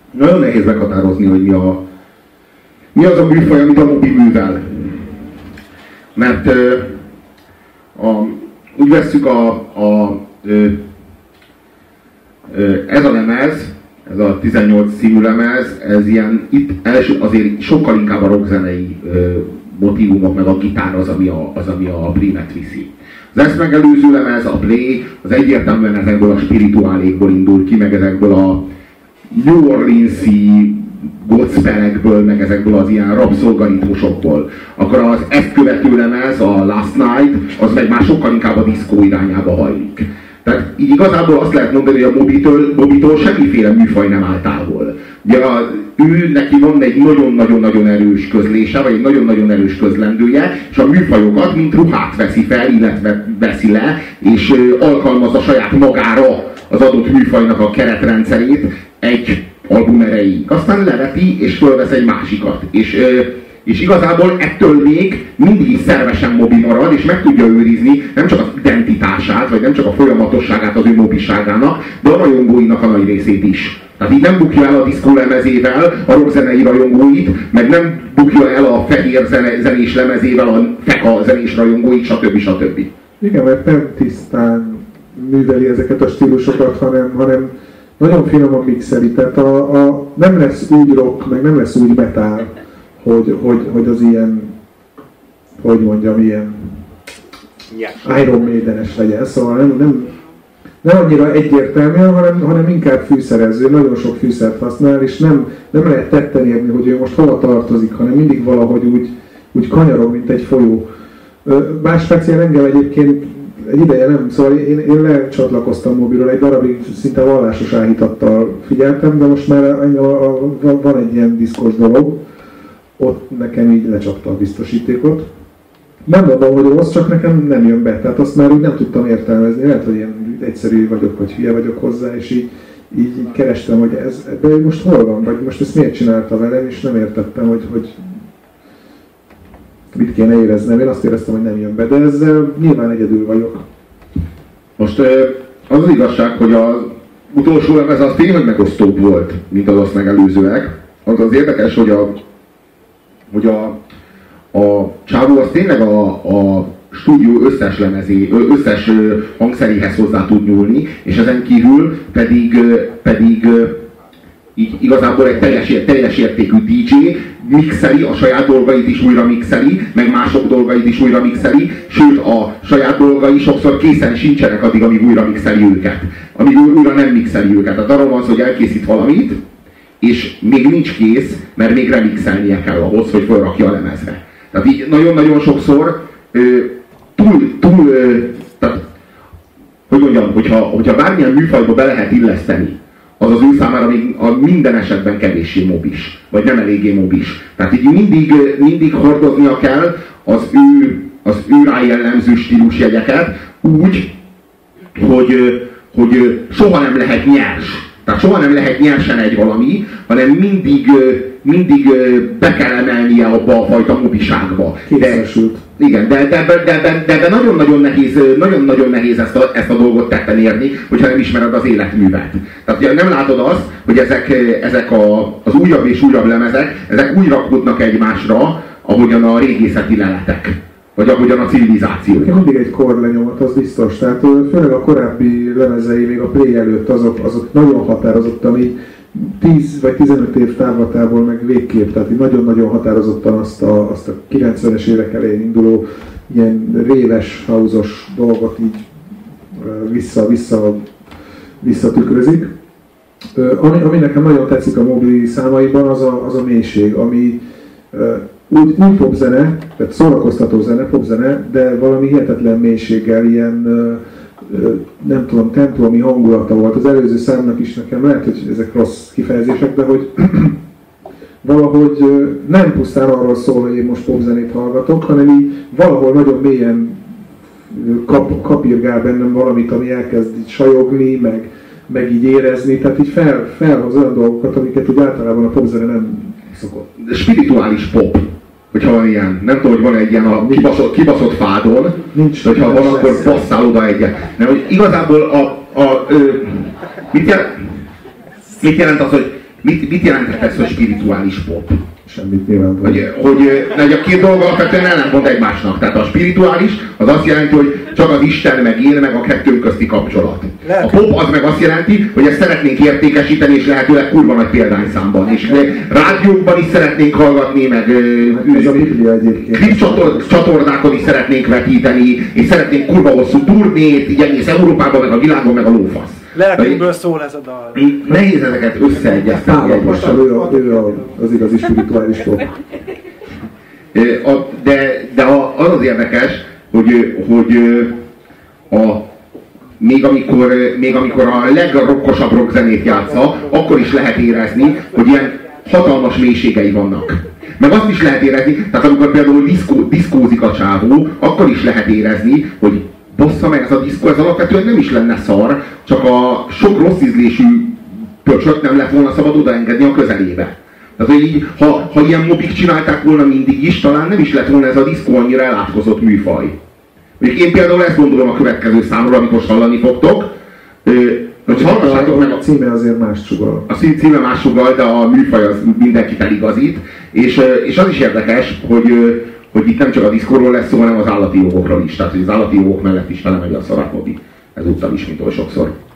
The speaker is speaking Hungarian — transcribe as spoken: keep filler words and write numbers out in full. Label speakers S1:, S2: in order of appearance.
S1: nagyon nehéz meghatározni, hogy mi, a, mi az a műfaj, amit a mobi művel. Mert a, úgy vesszük a, a, ez a lemez, ez a tizennyolc című lemez, ez ilyen, itt első, azért sokkal inkább a rockzenei motívumok, meg a gitár az, ami a, az, ami a prímet viszi. Az ezt megelőző lemez, a Play, az egyértelműen ezekből a spirituálékból indul ki, meg ezekből a New Orleans-i gospelekből, meg ezekből az ilyen rabszolgaritmusokból. Akkor az ezt követő lemez, a Last Night, az meg már sokkal inkább a diszkó irányába hajlik. Tehát így igazából azt lehet mondani, hogy a Mobitől, Mobitől semmiféle műfaj nem áll távol. Ugye a, ő neki van egy nagyon-nagyon-nagyon erős közlése, vagy egy nagyon-nagyon erős közlendője, és a műfajokat, mint ruhát veszi fel, illetve veszi le, és ö, alkalmazza saját magára az adott műfajnak a keretrendszerét egy album erejéig. Aztán leveti, és fölvesz egy másikat. És, ö, és igazából ettől még mindig is szervesen mobi marad, és meg tudja őrizni nem csak az identitását, vagy nem csak a folyamatosságát az ő mobiságának, de a rajongóinak a nagy részét is. Tehát így nem bukja el a diszkó lemezével a rockzenei rajongóit, meg nem bukja el a fehér zene, zenés lemezével a feka zenés rajongóit, stb. stb.
S2: Igen, mert nem tisztán műveli ezeket a stílusokat, hanem, hanem nagyon finoman mixeli. Tehát a, a, nem lesz úgy rock, meg nem lesz úgy metal, hogy, hogy, hogy az ilyen, hogy mondjam, ilyen Iron Maiden-es legyen. Szóval nem, nem, nem annyira egyértelmű, hanem, hanem inkább fűszerező, nagyon sok fűszert használ, és nem, nem lehet tetten érni, hogy ő most hova tartozik, hanem mindig valahogy úgy, úgy kanyarog, mint egy folyó. Bár speciál engem egyébként egy ideje nem, szóval én, én lecsatlakoztam mobilról, egy darabig szinte vallásos áhítattal figyeltem, de most már a, a, a, van egy ilyen diszkos dolog, ott nekem így lecsapta a biztosítékot. Nem mondom, hogy rossz, csak nekem nem jön be, tehát azt már úgy nem tudtam értelmezni, lehet, hogy én egyszerű vagyok, vagy hülye vagyok hozzá, és így, így, így kerestem, hogy ez, ebben most hol van, vagy most ezt miért csinálta velem, és nem értettem, hogy, hogy mit kéne éreznem. Én azt éreztem, hogy nem jön be, de ezzel nyilván egyedül vagyok.
S1: Most az az igazság, hogy az utolsó lemez az tényleg megosztóbb volt, mint az azt megelőzőek. Az az érdekes, hogy a, hogy a, a csávó az tényleg a, a stúdió összes lemezé, összes hangszeréhez hozzá tud nyúlni, és ezen kívül pedig, pedig így igazából egy teljes, teljes értékű dé dzsé mixeli, a saját dolgait is újra mixeli, meg mások dolgait is újra mixeli, sőt a saját dolgai sokszor készen sincsenek addig, amíg újra mixeli őket. Amíg újra nem mixeli őket. Tehát arról van szó, hogy elkészít valamit, és még nincs kész, mert még remixelnie kell ahhoz, hogy felrakja a lemezre. Tehát így nagyon-nagyon sokszor ö, túl, túl ö, tehát, hogy mondjam, hogyha, hogyha bármilyen műfajba be lehet illeszteni, az az ő számára még a minden esetben kevéssé mobis, vagy nem eléggé mobis. Tehát így mindig, mindig hordoznia kell az ő, az ő rá jellemző stílusjegyeket úgy, hogy, hogy soha nem lehet nyers. Tehát soha nem lehet nyersen egy valami, hanem mindig, mindig be kell emelnie abba a fajta mobiságba. De, igen, de, de, de, de, de, de nagyon-nagyon nehéz, nagyon-nagyon nehéz ezt, a, ezt a dolgot tetten érni, hogyha nem ismered az életművet. Tehát nem látod azt, hogy ezek, ezek a, az újabb és újabb lemezek, ezek úgy rakódnak egymásra, ahogyan a régészeti leletek. Vagy ahogyan a civilizáció.
S2: Mindig egy korlenyomat, az biztos. Tehát főleg a korábbi lemezei, még a Play előtt, azok, azok nagyon határozottan így tíz vagy tizenöt év távlatából meg végképp, tehát így nagyon-nagyon határozottan azt a, azt a kilencvenes évek elején induló ilyen réles, house-os dolgot így vissza, vissza, visszatükrözik. Ami, ami nekem nagyon tetszik a Mobley számaiban, az a, az a mélység, ami úgy, úgy popzene, tehát szórakoztató zene, popzene, de valami hihetetlen mélységgel, ilyen nem tudom, templomi hangulata volt. Az előző számnak is nekem lehet, hogy ezek rossz kifejezések, de hogy valahogy nem pusztán arról szól, hogy én most popzenét hallgatok, hanem így valahol nagyon mélyen kap, kapirgál bennem valamit, ami elkezd így sajogni, meg, meg így érezni, tehát így fel, felhoz olyan dolgokat, amiket úgy általában a popzene nem szokott.
S1: Spirituális pop, hogyha van ilyen. Nem tudom, hogy van egy ilyen a kibaszott, kibaszott fádon, nincs, de ha van, akkor basszál oda egyet. Nem, hogy igazából a, a, ö, mit, jelent, mit jelent az, hogy mit, mit jelenthet ez, hogy spirituális pop?
S2: Semmit nyilván.
S1: Hogy, hogy, hogy a két dolog alapvetően ellentmond egymásnak. Tehát a spirituális az azt jelenti, hogy csak az Isten meg én, meg a kettő közti kapcsolat. A pop az meg azt jelenti, hogy ezt szeretnénk értékesíteni, és lehetőleg kurva nagy példányszámban. És rádiókban is szeretnénk hallgatni, meg klipcsatornákon is szeretnénk vetíteni, és szeretnénk kurva hosszú turnét, így egész Európában, meg a világon, meg a lófasz.
S3: Lelkünkből szól ez a dal.
S1: Nehéz ezeket összeegyeztetni egymással.
S2: Ő, ő az igazi spirituális pop.
S1: De, de az az érdekes, hogy, hogy a, még, amikor, még amikor a legrokkosabb rockzenét játsza, akkor is lehet érezni, hogy ilyen hatalmas mélységei vannak. Meg azt is lehet érezni, tehát amikor például diszkó, diszkózik a csávó, akkor is lehet érezni, hogy bossza meg, ez a diszkó, ez alapvetően nem is lenne szar, csak a sok rossz ízlésű pöcsöt nem lett volna szabad odaengedni a közelébe. Tehát, hogy így, ha, ha ilyen mobik csinálták volna mindig is, talán nem is lett volna ez a diszkó annyira elátkozott műfaj. Mondjuk én például ezt gondolom a következő számról, amit most hallani fogtok. Hogy hallgassátok meg,
S2: a címe azért más sugal.
S1: A címe más sugal, de a műfaj az mindenki eligazít. És, és az is érdekes, hogy, hogy itt nem csak a diszkóról lesz szó, hanem az állati jogokról is. Tehát, hogy az állati jogok mellett is felemegy a szarakobi. Ezúttal is, mint oly sokszor.